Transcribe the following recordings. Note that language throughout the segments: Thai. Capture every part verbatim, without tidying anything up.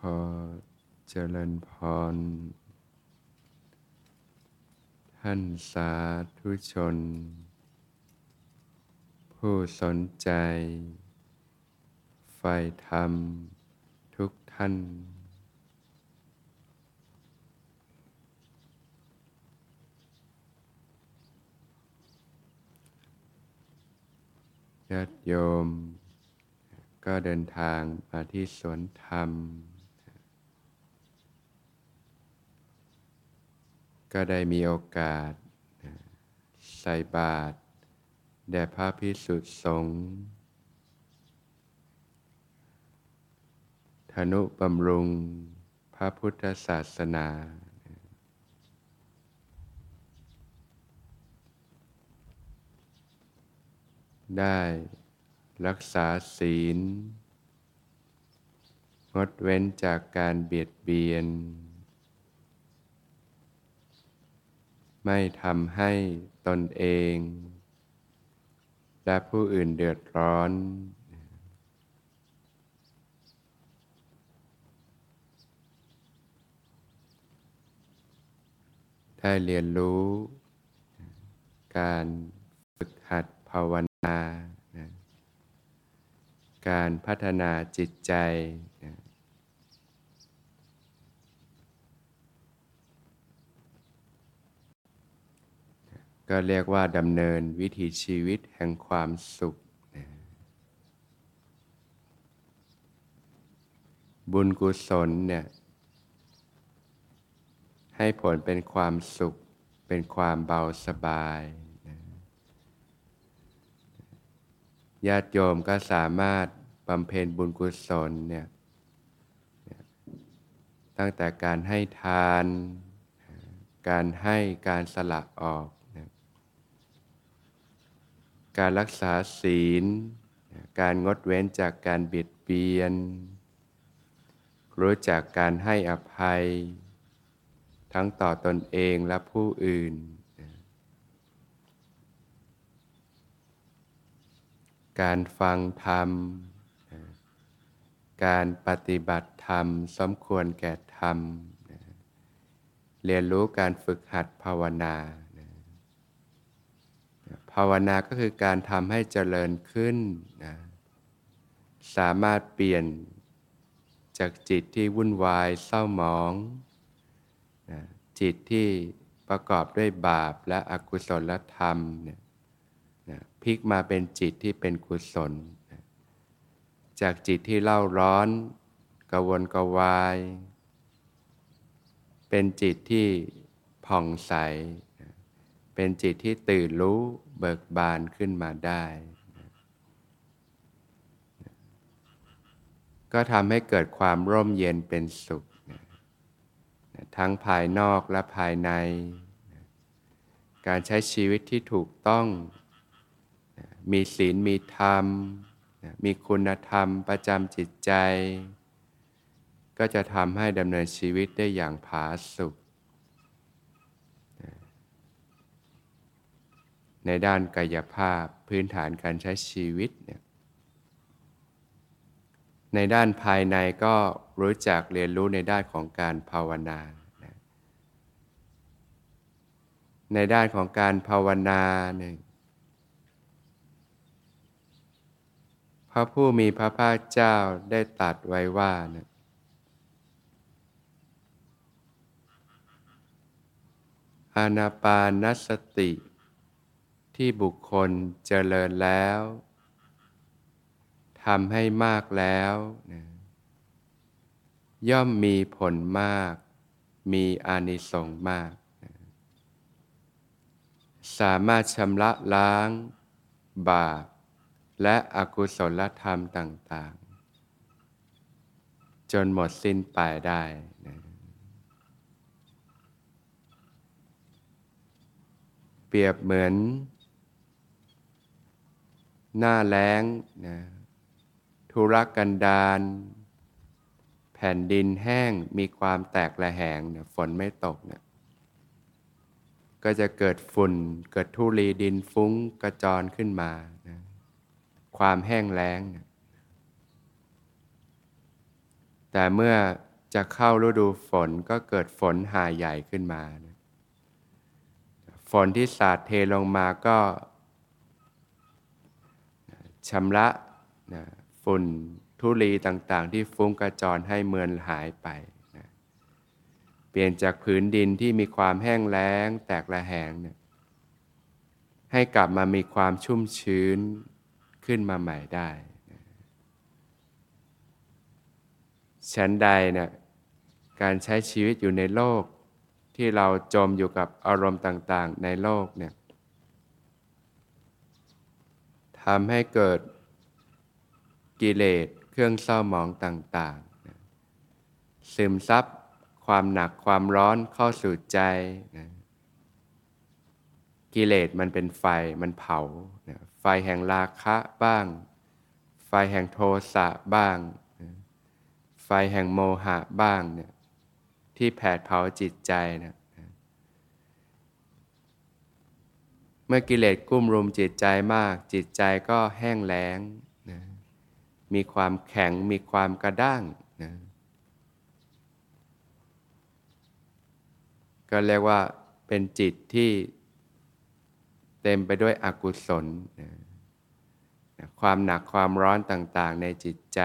อเจริญพรท่านสาธุชนผู้สนใจใฝ่ธรรมทุกท่านญาติโยมก็เดินทางมาที่สวนธรรมก็ได้มีโอกาสใส่บาตรแด่พระภิกษุสงฆ์ทนุบำรุงพระพุทธศาสนาได้รักษาศีลงดเว้นจากการเบียดเบียนไม่ทำให้ตนเองและผู้อื่นเดือดร้อนได้เรียนรู้การฝึกหัดภาวนาการพัฒนาจิตใจก็เรียกว่าดำเนินวิถีชีวิตแห่งความสุขบุญกุศลเนี่ยให้ผลเป็นความสุขเป็นความเบาสบายญาติโยมก็สามารถบำเพ็ญบุญกุศลเนี่ยตั้งแต่การให้ทานการให้การสละออกการรักษาศีลการงดเว้นจากการเบียดเบียนรู้จักการให้อภัยทั้งต่อตนเองและผู้อื่นการฟังธรรมการปฏิบัติธรรมสมควรแก่ธรรมเรียนรู้การฝึกหัดภาวนาภาวนาก็คือการทำให้เจริญขึ้นนะสามารถเปลี่ยนจากจิตที่วุ่นวายเศร้าหมองนะจิตที่ประกอบด้วยบาปและอกุศลธรรมเนี่ยนะพลิกมาเป็นจิตที่เป็นกุศลนะจากจิตที่เล่าร้อนกระวนกระวายเป็นจิตที่ผ่องใสนะเป็นจิตที่ตื่นรู้เบิกบานขึ้นมาได้นะก็ทำให้เกิดความร่มเย็นเป็นสุขนะนะทั้งภายนอกและภายในนะการใช้ชีวิตที่ถูกต้องนะมีศีลมีธรรมนะมีคุณธรรมประจำจิตใจก็จะทำให้ดำเนินชีวิตได้อย่างผาสุกในด้านกายภาพพื้นฐานการใช้ชีวิตเนี่ยในด้านภายในก็รู้จักเรียนรู้ในด้านของการภาวนานะในด้านของการภาวนาเนี่ยพระผู้มีพระภาคเจ้าได้ตรัสไว้ว่านะอานาปานสติที่บุคคลเจริญแล้วทำให้มากแล้วนะย่อมมีผลมากมีอานิสงส์มากนะสามารถชำระล้างบาปและอกุศลธรรมต่างๆจนหมดสิ้นไปได้นะเปรียบเหมือนหน้าแล้งนะทุรกันดารแผ่นดินแห้งมีความแตกระแหงเนี่ยฝนไม่ตกเนี่ยก็จะเกิดฝุ่นเกิดธุลีดินฟุ้งกระจรขึ้นมานะความแห้งแล้งเนี่ยแต่เมื่อจะเข้าฤดูฝนก็เกิดฝนหาใหญ่ขึ้นมานะฝนที่สาดเทลงมาก็ชำระนะฝุ่นธุลีต่างๆที่ฟุ้งกระจรให้เมือนหายไปนะเปลี่ยนจากผืนดินที่มีความแห้งแล้งแตกระแหงเนี่ยให้กลับมามีความชุ่มชื้นขึ้นมาใหม่ได้นะฉันใดเนี่ยการใช้ชีวิตอยู่ในโลกที่เราจมอยู่กับอารมณ์ต่างๆในโลกเนี่ยทำให้เกิดกิเลสเครื่องเศร้าหมองต่างๆนะซึมซับความหนักความร้อนเข้าสู่ใจนะกิเลสมันเป็นไฟมันเผานะไฟแห่งราคะบ้างไฟแห่งโทสะบ้างนะไฟแห่งโมหะบ้างเนี่ยที่แผดเผาจิตใจนะเมื่อกิเลสกุ้มรุมจิตใจมากจิตใจก็แห้งแล้งนะมีความแข็งมีความกระด้างนะก็เรียกว่าเป็นจิตที่เต็มไปด้วยอกุศลนะความหนักความร้อนต่างๆในจิตใจ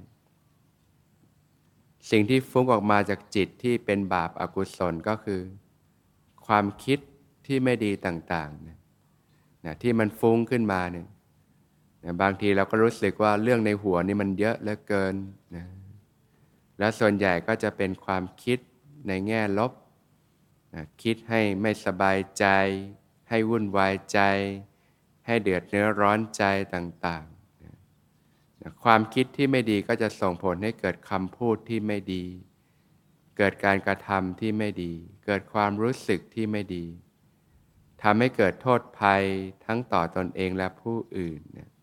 สิ่งที่ฟุ้งออกมาจากจิตที่เป็นบาปอกุศลก็คือความคิดที่ไม่ดีต่างๆนะนะที่มันฟุ้งขึ้นมาเนี่ยนะบางทีเราก็รู้สึกว่าเรื่องในหัวนี่มันเยอะเหลือเกินนะและส่วนใหญ่ก็จะเป็นความคิดในแง่ลบนะคิดให้ไม่สบายใจให้วุ่นวายใจให้เดือดเนื้อร้อนใจต่างๆนะนะความคิดที่ไม่ดีก็จะส่งผลให้เกิดคำพูดที่ไม่ดีเกิดการกระทำที่ไม่ดีเกิดความรู้สึกที่ไม่ดีทำให้เกิดโทษภัยทั้งต่อตนเองและผู้อื่นนะ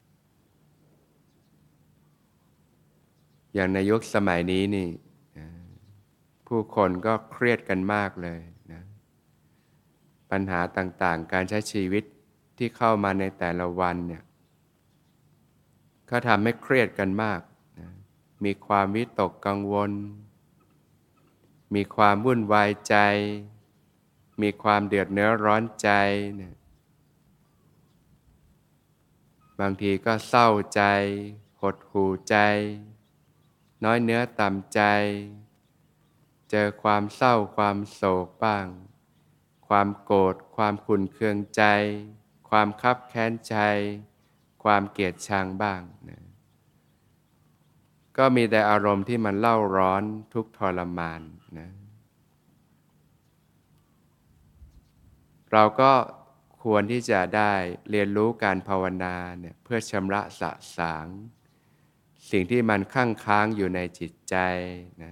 อย่างในยุคสมัยนี้นี่นะผู้คนก็เครียดกันมากเลยนะปัญหาต่างๆการใช้ชีวิตที่เข้ามาในแต่ละวันเนี่ยก็ทำให้เครียดกันมากนะมีความวิตกกังวลมีความวุ่นวายใจมีความเดือดเนื้อร้อนใจเนี่ยบางทีก็เศร้าใจหดหู่ใจน้อยเนื้อต่ำใจเจอความเศร้าความโศกบ้างความโกรธความขุ่นเคืองใจความคับแค้นใจความเกลียดชังบ้างนะก็มีแต่อารมณ์ที่มันเล่าร้อนทุกข์ทรมานนะเราก็ควรที่จะได้เรียนรู้การภาวนาเนี่ยเพื่อชำระสะสางสิ่งที่มันค้างค้างอยู่ในจิตใจนะ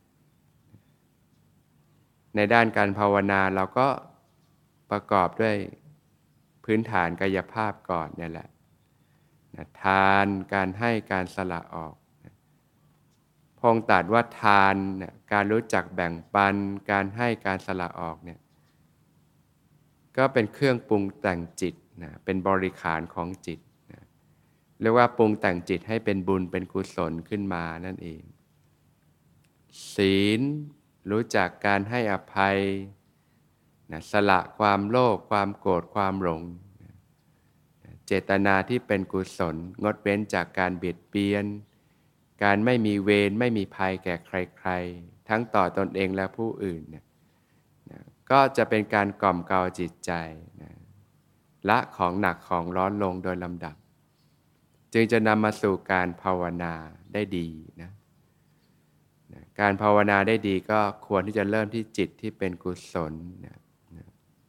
ในด้านการภาวนาเราก็ประกอบด้วยพื้นฐานกายภาพก่อนเนี่ยแหละนะทานการให้การสละออกนะพงตรัสว่าทานเนี่ยการรู้จักแบ่งปันการให้การสละออกเนี่ยก็เป็นเครื่องปรุงแต่งจิตนะเป็นบริขารของจิตนะเรียกว่าปรุงแต่งจิตให้เป็นบุญเป็นกุศลขึ้นมานั่นเองศีลรู้จักการให้อภัยนะสละความโลภความโกรธความหลงนะเจตนาที่เป็นกุศลงดเว้นจากการเบียดเบียนการไม่มีเวรไม่มีภัยแก่ใครๆทั้งต่อตนเองและผู้อื่นเนี่ยนะก็จะเป็นการกล่อมเกลาจิตใจนะละของหนักของร้อนลงโดยลำดับจึงจะนำมาสู่การภาวนาได้ดีนะการภาวนาได้ดีก็ควรที่จะเริ่มที่จิตที่เป็นกุศลนะนะ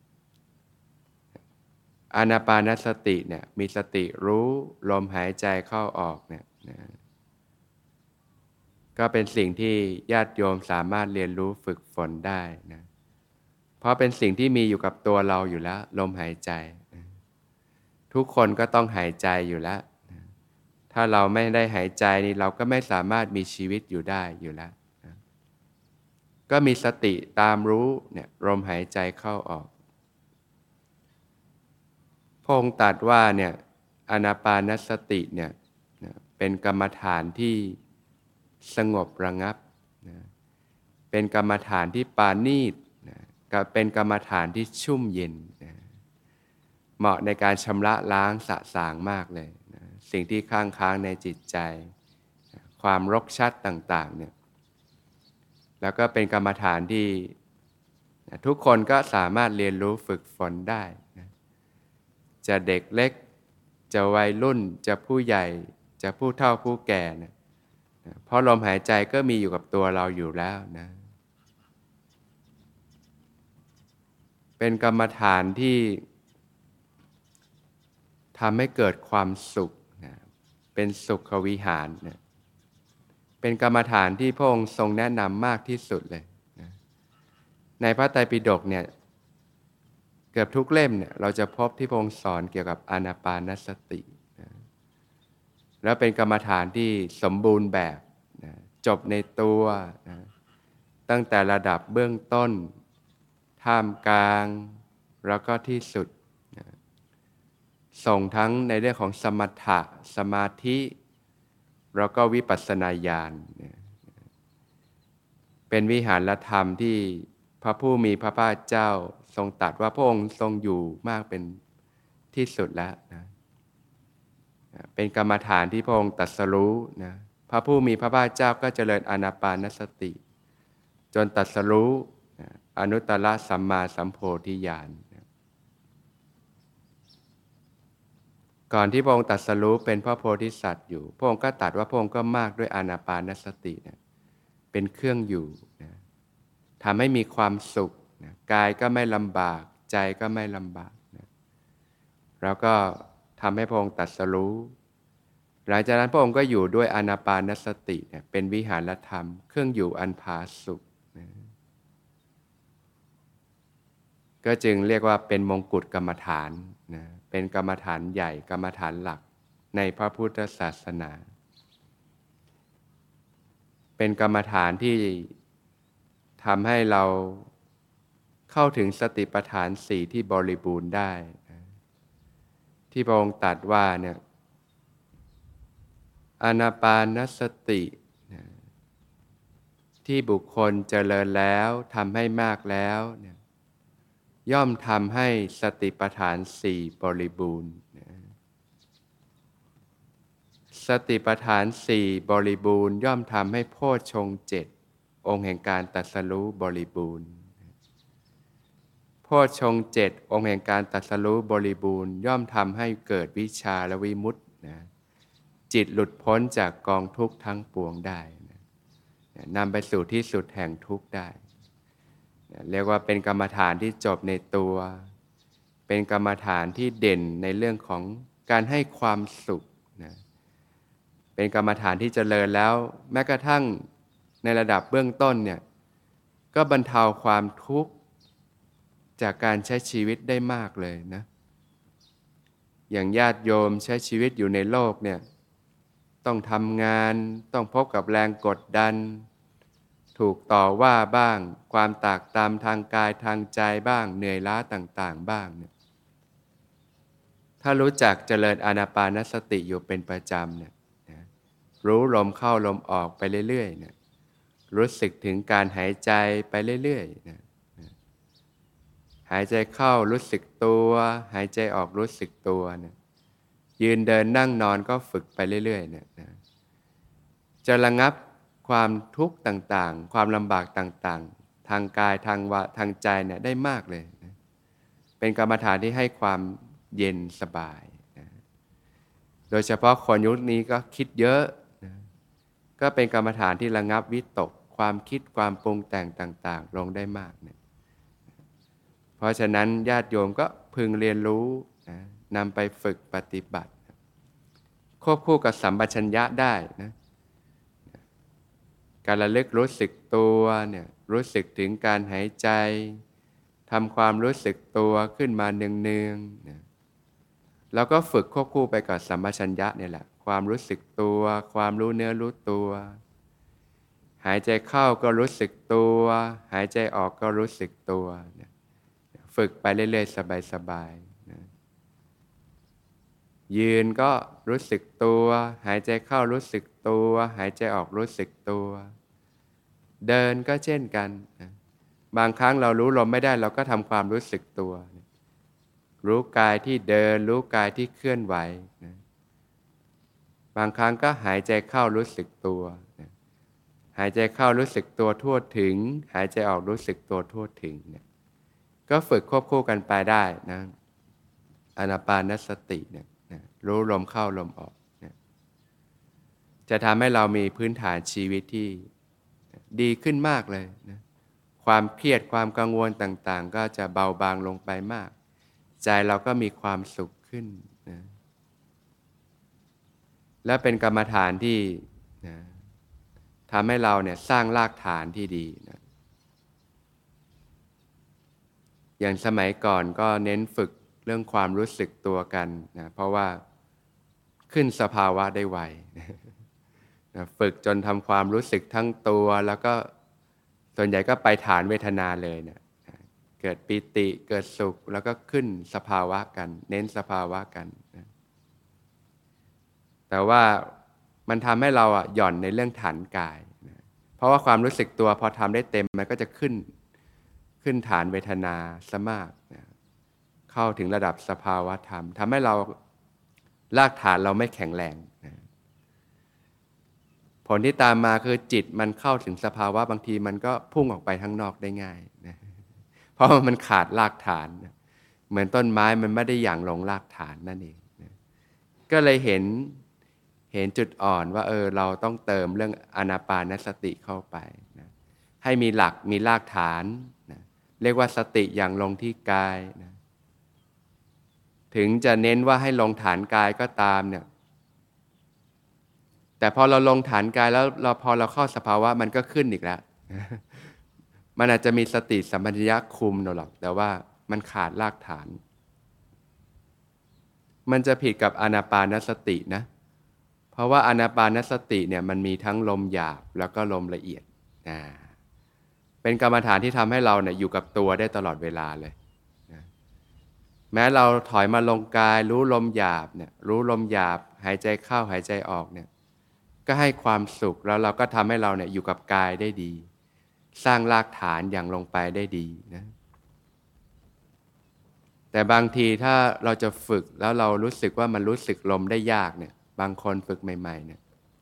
อานาปานสติเนี่ยมีสติรู้ลมหายใจเข้าออกเนี่ยนะก็เป็นสิ่งที่ญาติโยมสามารถเรียนรู้ฝึกฝนได้นะเพราะเป็นสิ่งที่มีอยู่กับตัวเราอยู่แล้วลมหายใจนะทุกคนก็ต้องหายใจอยู่แล้วนะถ้าเราไม่ได้หายใจนี่เราก็ไม่สามารถมีชีวิตอยู่ได้อยู่แล้วก็มีสติตามรู้เนี่ยลมหายใจเข้าออกพระองค์ตรัสว่าเนี่ยอานาปานสติเนี่ยเป็นกรรมฐานที่สงบระงับนะเป็นกรรมฐานที่ปราณีตนะก็เป็นกรรมฐานที่ชุ่มเย็นนะเหมาะในการชำระล้างสะสางมากเลยนะสิ่งที่ค้างค้างในจิตใจนะความรกชัดต่างๆเนี่ยแล้วก็เป็นกรรมฐานที่นะทุกคนก็สามารถเรียนรู้ฝึกฝนได้นะจะเด็กเล็กจะวัยรุ่นจะผู้ใหญ่จะผู้เฒ่าผู้แก่นะนะเพราะลมหายใจก็มีอยู่กับตัวเราอยู่แล้วนะเป็นกรรมฐานที่ทำให้เกิดความสุขนะเป็นสุขวิหารนะเป็นกรรมฐานที่พระองค์ทรงแนะนำมากที่สุดเลยนะในพระไตรปิฎกเนี่ยเกือบทุกเล่มเนี่ยเราจะพบที่พระองค์สอนเกี่ยวกับอานาปานสตินะแล้วเป็นกรรมฐานที่สมบูรณ์แบบนะจบในตัวนะตั้งแต่ระดับเบื้องต้นท่ามกลางแล้วก็ที่สุดนะส่งทั้งในเรื่องของสมถะสมาธิแล้วก็วิปัสสนาญาณนะเป็นวิหารธรรมที่พระผู้มีพระภาคเจ้าทรงตรัสว่าพระองค์ทรงอยู่มากเป็นที่สุดแล้วนะเป็นกรรมฐานที่พระองค์ตรัสรู้นะพระผู้มีพระภาคเจ้าก็เจริญอานาปานสติจนตรัสรู้นะอนุตตรสัมมาสัมโพธิญาณนะก่อนที่พระองค์ตรัสรู้เป็นพระโพธิสัตว์อยู่พระองค์ก็ตรัสว่าพระองค์ก็มากด้วยอานาปานสตินะเป็นเครื่องอยู่นะทำให้มีความสุขนะกายก็ไม่ลำบากใจก็ไม่ลำบากนะแล้วก็ทำให้พระองค์ตรัสรู้หลังจากนั้นพระองค์ก็อยู่ด้วยอานาปานสติเนี่ยเป็นวิหารธรรมเครื่องอยู่อันผาสุกนะก็จึงเรียกว่าเป็นมงกุฎกรรมฐานนะเป็นกรรมฐานใหญ่กรรมฐานหลักในพระพุทธศาสนาเป็นกรรมฐานที่ทำให้เราเข้าถึงสติปัฏฐานสี่ที่บริบูรณ์ได้นะที่พระองค์ตรัสว่าเนี่ยอานาปานสตินะที่บุคคลเจริญแล้วทำให้มากแล้วเนี่ยย่อมทำให้สติปัฏฐานสี่บริบูรณ์นะสติปัฏฐานสี่บริบูรณ์ย่อมทำให้โพชฌงค์เจ็ดองค์แห่งการตรัสรู้บริบูรณ์โพชฌงค์เจ็ดองค์แห่งการตรัสรู้บริบูรณ์ย่อมทำให้เกิดวิชาและวิมุตตินะจิตหลุดพ้นจากกองทุกข์ทั้งปวงได้นะนำไปสู่ที่สุดแห่งทุกข์ได้นะเรียกว่าเป็นกรรมฐานที่จบในตัวเป็นกรรมฐานที่เด่นในเรื่องของการให้ความสุขนะเป็นกรรมฐานที่เจริญแล้วแม้กระทั่งในระดับเบื้องต้นเนี่ยก็บรรเทาความทุกข์จากการใช้ชีวิตได้มากเลยนะอย่างญาติโยมใช้ชีวิตอยู่ในโลกเนี่ยต้องทำงานต้องพบกับแรงกดดันถูกต่อว่าบ้างความตากตำทางกายทางใจบ้างเหนื่อยล้าต่างๆบ้างเนี่ยถ้ารู้จักเจริญอานาปานสติอยู่เป็นประจำเนี่ยนะรู้ลมเข้าลมออกไปเรื่อยๆเนี่ยรู้สึกถึงการหายใจไปเรื่อยๆนะหายใจเข้ารู้สึกตัวหายใจออกรู้สึกตัวเนี่ยยืนเดินนั่งนอนก็ฝึกไปเรื่อยๆเนี่ยนะจะระงับความทุกข์ต่างๆความลำบากต่างๆทางกายทางวาทางใจเนี่ยได้มากเลยนะเป็นกรรมฐานที่ให้ความเย็นสบายนะโดยเฉพาะคนยุคนี้ก็คิดเยอะนะก็เป็นกรรมฐานที่ระงับวิตกความคิดความปรุงแต่งต่างๆลงได้มากเนี่ยเพราะฉะนั้นญาติโยมก็พึงเรียนรู้นะนำไปฝึกปฏิบัติควบคู่กับสัมปชัญญะได้นะการระลึกรู้สึกตัวเนี่ยรู้สึกถึงการหายใจทำความรู้สึกตัวขึ้นมาเนืองๆนะแล้วก็ฝึกควบคู่ไปกับสัมปชัญญะเนี่ยแหละความรู้สึกตัวความรู้เนื้อรู้ตัวหายใจเข้าก็รู้สึกตัวหายใจออกก็รู้สึกตัวนะฝึกไปเรื่อยๆสบายๆนะยืนก็รู้สึกตัวหายใจเข้ารู้สึกตัวหายใจออกรู้สึกตัวเดินก็เช่นกันนะบางครั้งเรารู้ลมไม่ได้เราก็ทำความรู้สึกตัวรู้กายที่เดินรู้กายที่เคลื่อนไหวนะบางครั้งก็หายใจเข้ารู้สึกตัวนะหายใจเข้ารู้สึกตัวทั่วถึงหายใจออกรู้สึกตัวทั่วถึงเนี่ยก็ฝึกควบคู่กันไปได้นะอานาปานสติเนี่ยนะรู้ลมเข้าลมออกนะจะทำให้เรามีพื้นฐานชีวิตที่ดีขึ้นมากเลยนะความเครียดความกังวลต่างๆก็จะเบาบางลงไปมากใจเราก็มีความสุขขึ้นนะและเป็นกรรมฐานที่นะทำให้เราเนี่ยสร้างรากฐานที่ดีนะอย่างสมัยก่อนก็เน้นฝึกเรื่องความรู้สึกตัวกันนะเพราะว่าขึ้นสภาวะได้ไวนะฝึกจนทำความรู้สึกทั้งตัวแล้วก็ส่วนใหญ่ก็ไปฐานเวทนาเลยนะเกิดปิติเกิดสุขแล้วก็ขึ้นสภาวะกันเน้นสภาวะกันนะแต่ว่ามันทำให้เราอ่ะหย่อนในเรื่องฐานกายนะเพราะว่าความรู้สึกตัวพอทำได้เต็มมันก็จะขึ้นขึ้นฐานเวทนาซะมากนะเข้าถึงระดับสภาวะธรรมทำให้เรารากฐานเราไม่แข็งแรงนะผลที่ตามมาคือจิตมันเข้าถึงสภาวะบางทีมันก็พุ่งออกไปข้างนอกได้ง่ายนะเพราะมันขาดรากฐานนะเหมือนต้นไม้มันไม่ได้หยั่งลงรากฐานนั่นเองนะก็เลยเห็นเห็นจุดอ่อนว่าเออเราต้องเติมเรื่องอานาปานสติเข้าไปนะให้มีหลักมีรากฐานนะเรียกว่าสติอย่างลงที่กายนะถึงจะเน้นว่าให้ลงฐานกายก็ตามเนี่ยแต่พอเราลงฐานกายแล้วเราพอเราเข้าสภาวะมันก็ขึ้นอีกแล้วมันอาจจะมีสติสัมปชัญญะคุมเราหรอกแต่ว่ามันขาดรากฐานมันจะผิดกับอานาปานสตินะเพราะว่าอานาปานสติเนี่ยมันมีทั้งลมหยาบแล้วก็ลมละเอียดนะเป็นกรรมฐานที่ทำให้เราเนี่ยอยู่กับตัวได้ตลอดเวลาเลยนะแม้เราถอยมาลงกายรู้ลมหยาบเนี่ยรู้ลมหยาบหายใจเข้าหายใจออกเนี่ยก็ให้ความสุขแล้วเราก็ทำให้เราเนี่ยอยู่กับกายได้ดีสร้างรากฐานอย่างลงไปได้ดีนะแต่บางทีถ้าเราจะฝึกแล้วเรารู้สึกว่ามันรู้สึกลมได้ยากเนี่ยบางคนฝึกใหม่ๆเนี่ย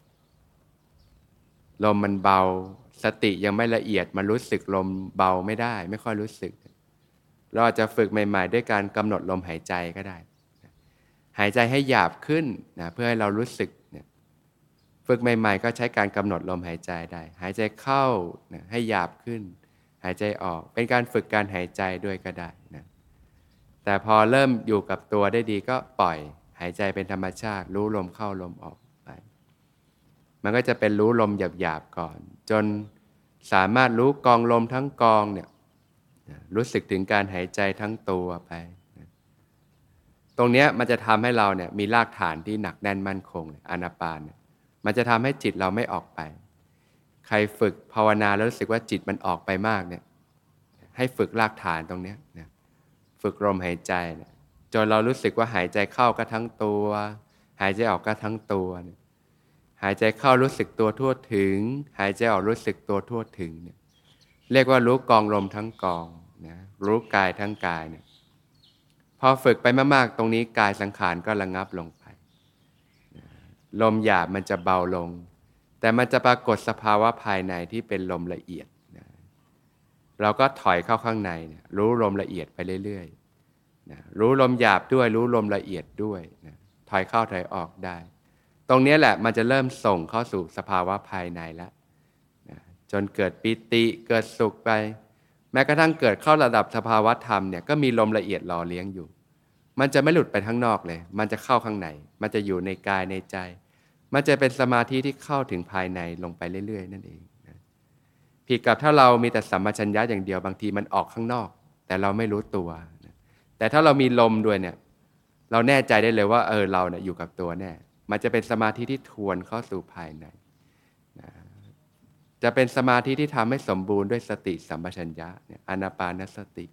ลมมันเบาสติยังไม่ละเอียดมันรู้สึกลมเบาไม่ได้ไม่ค่อยรู้สึกเราอาจจะฝึกใหม่ๆด้วยการกำหนดลมหายใจก็ได้หายใจให้หยาบขึ้นนะเพื่อให้เรารู้สึกเนี่ยฝึกใหม่ๆก็ใช้การกำหนดลมหายใจได้หายใจเข้านะให้หยาบขึ้นหายใจออกเป็นการฝึกการหายใจด้วยก็ได้นะแต่พอเริ่มอยู่กับตัวได้ดีก็ปล่อยหายใจเป็นธรรมชาติรู้ลมเข้าลมออกไปมันก็จะเป็นรู้ลมหยาบๆก่อนจนสามารถรู้กองลมทั้งกองเนี่ยรู้สึกถึงการหายใจทั้งตัวไปตรงนี้มันจะทำให้เราเนี่ยมีรากฐานที่หนักแน่นมั่นคงอานาปานเนี่ยมันจะทำให้จิตเราไม่ออกไปใครฝึกภาวนาแล้วรู้สึกว่าจิตมันออกไปมากเนี่ยให้ฝึกรากฐานตรงนี้นะฝึกลมหายใจเนี่ยจนเรารู้สึกว่าหายใจเข้าก็ทั้งตัวหายใจออกก็ทั้งตัวเนี่ยหายใจเข้ารู้สึกตัวทั่วถึงหายใจออกรู้สึกตัวทั่วถึงเนี่ยเรียกว่ารู้กองลมทั้งกองนะรู้กายทั้งกายเนี่ยพอฝึกไปมากๆตรงนี้กายสังขารก็ระงับลงไปนะลมหยาบมันจะเบาลงแต่มันจะปรากฏสภาวะภายในที่เป็นลมละเอียดนะเราก็ถอยเข้าข้างในนะรู้ลมละเอียดไปเรื่อยๆนะรู้ลมหยาบด้วยรู้ลมละเอียดด้วยนะถอยเข้าถอยออกได้ตรงนี้แหละมันจะเริ่มส่งเข้าสู่สภาวะภายในแล้วนะจนเกิดปิติเกิดสุขไปแม้กระทั่งเกิดเข้าระดับสภาวะธรรมเนี่ยก็มีลมละเอียดหล่อเลี้ยงอยู่มันจะไม่หลุดไปข้างนอกเลยมันจะเข้าข้างในมันจะอยู่ในกายในใจมันจะเป็นสมาธิที่เข้าถึงภายในลงไปเรื่อยๆนั่นเองนะผิดกับถ้าเรามีแต่สัมปชัญญะอย่างเดียวบางทีมันออกข้างนอกแต่เราไม่รู้ตัวนะแต่ถ้าเรามีลมด้วยเนี่ยเราแน่ใจได้เลยว่าเออเราเนี่ยอยู่กับตัวแน่มันจะเป็นสมาธิที่ทวนเข้าสู่ภายในนะจะเป็นสมาธิที่ทำให้สมบูรณ์ด้วยสติสัมปชัญญะเนี่ยอานาปานสติ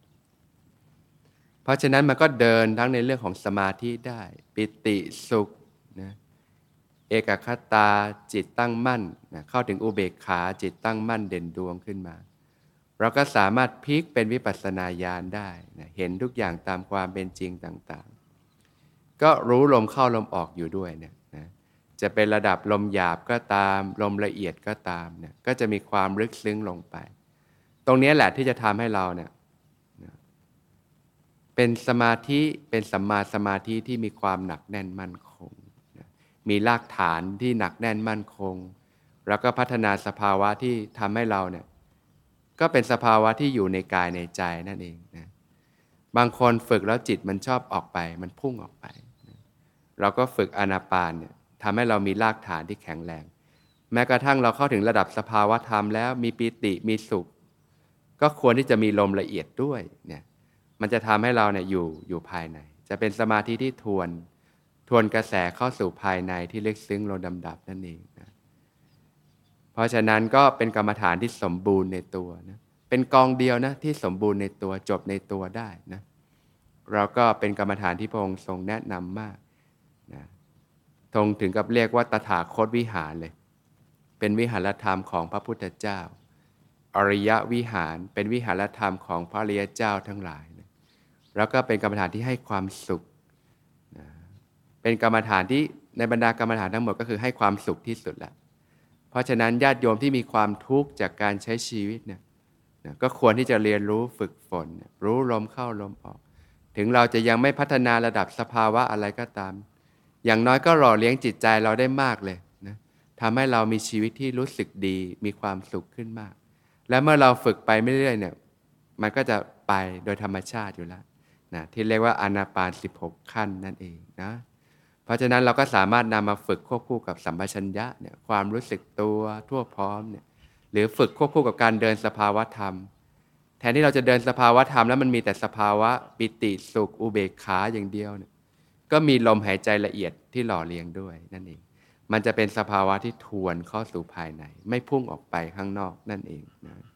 เพราะฉะนั้นมันก็เดินทั้งในเรื่องของสมาธิได้ปิติสุขนะเอกคตาจิตตั้งมั่นนะเข้าถึงอุเบกขาจิตตั้งมั่นเด่นดวงขึ้นมาเราก็สามารถพลิกเป็นวิปัสสนาญาณได้นะเห็นทุกอย่างตามความเป็นจริงต่างๆก็รู้ลมเข้าลมออกอยู่ด้วยเนี่ยนะจะเป็นระดับลมหยาบก็ตามลมละเอียดก็ตามเนี่ยก็จะมีความลึกซึ้งลงไปตรงนี้แหละที่จะทำให้เราเนี่ยเป็นสมาธิเป็นสัมมาสมาธิที่มีความหนักแน่นมั่นคงนะมีรากฐานที่หนักแน่นมั่นคงแล้วก็พัฒนาสภาวะที่ทำให้เราเนี่ยก็เป็นสภาวะที่อยู่ในกายในใจนั่นเองนะบางคนฝึกแล้วจิตมันชอบออกไปมันพุ่งออกไปนะเราก็ฝึกอานาปานเนี่ยทำให้เรามีรากฐานที่แข็งแรงแม้กระทั่งเราเข้าถึงระดับสภาวะธรรมแล้วมีปีติมีสุขก็ควรที่จะมีลมละเอียดด้วยเนี่ยมันจะทำให้เราเนี่ยอยู่อยู่ภายในจะเป็นสมาธิที่ทวนทวนกระแสเข้าสู่ภายในที่ลึกซึ้งลงดำดับนั่นเองนะเพราะฉะนั้นก็เป็นกรรมฐานที่สมบูรณ์ในตัวนะเป็นกองเดียวนะที่สมบูรณ์ในตัวจบในตัวได้นะเราก็เป็นกรรมฐานที่พระองค์ทรงแนะนำมากนะทรงถึงกับเรียกว่าตถาคตวิหารเลยเป็นวิหารธรรมของพระพุทธเจ้าอริยวิหารเป็นวิหารธรรมของพระอริยเจ้าทั้งหลายนะแล้วก็เป็นกรรมฐานที่ให้ความสุขนะเป็นกรรมฐานที่ในบรรดากรรมฐานทั้งหมดก็คือให้ความสุขที่สุดแล้วเพราะฉะนั้นญาติโยมที่มีความทุกข์จากการใช้ชีวิตเนี่ยนะก็ควรที่จะเรียนรู้ฝึกฝนรู้ลมเข้าลมออกถึงเราจะยังไม่พัฒนาระดับสภาวะอะไรก็ตามอย่างน้อยก็หล่อเลี้ยงจิตใจเราได้มากเลยนะทำให้เรามีชีวิตที่รู้สึกดีมีความสุขขึ้นมากและเมื่อเราฝึกไปเรื่อยๆเนี่ยมันก็จะไปโดยธรรมชาติอยู่แล้วนะที่เรียกว่าอานาปานสิบหกขั้นนั่นเองนะเพราะฉะนั้นเราก็สามารถนำมาฝึกควบคู่กับสัมปชัญญะเนี่ยความรู้สึกตัวทั่วพร้อมเนี่ยหรือฝึกควบคู่กับการเดินสภาวะธรรมแทนที่เราจะเดินสภาวะธรรมแล้วมันมีแต่สภาวะปิติสุขอุเบกขาอย่างเดียวเนี่ยก็มีลมหายใจละเอียดที่หล่อเลี้ยงด้วยนั่นเองมันจะเป็นสภาวะที่ทวนเข้าสู่ภายในไม่พุ่งออกไปข้างนอกนั่นเองนะ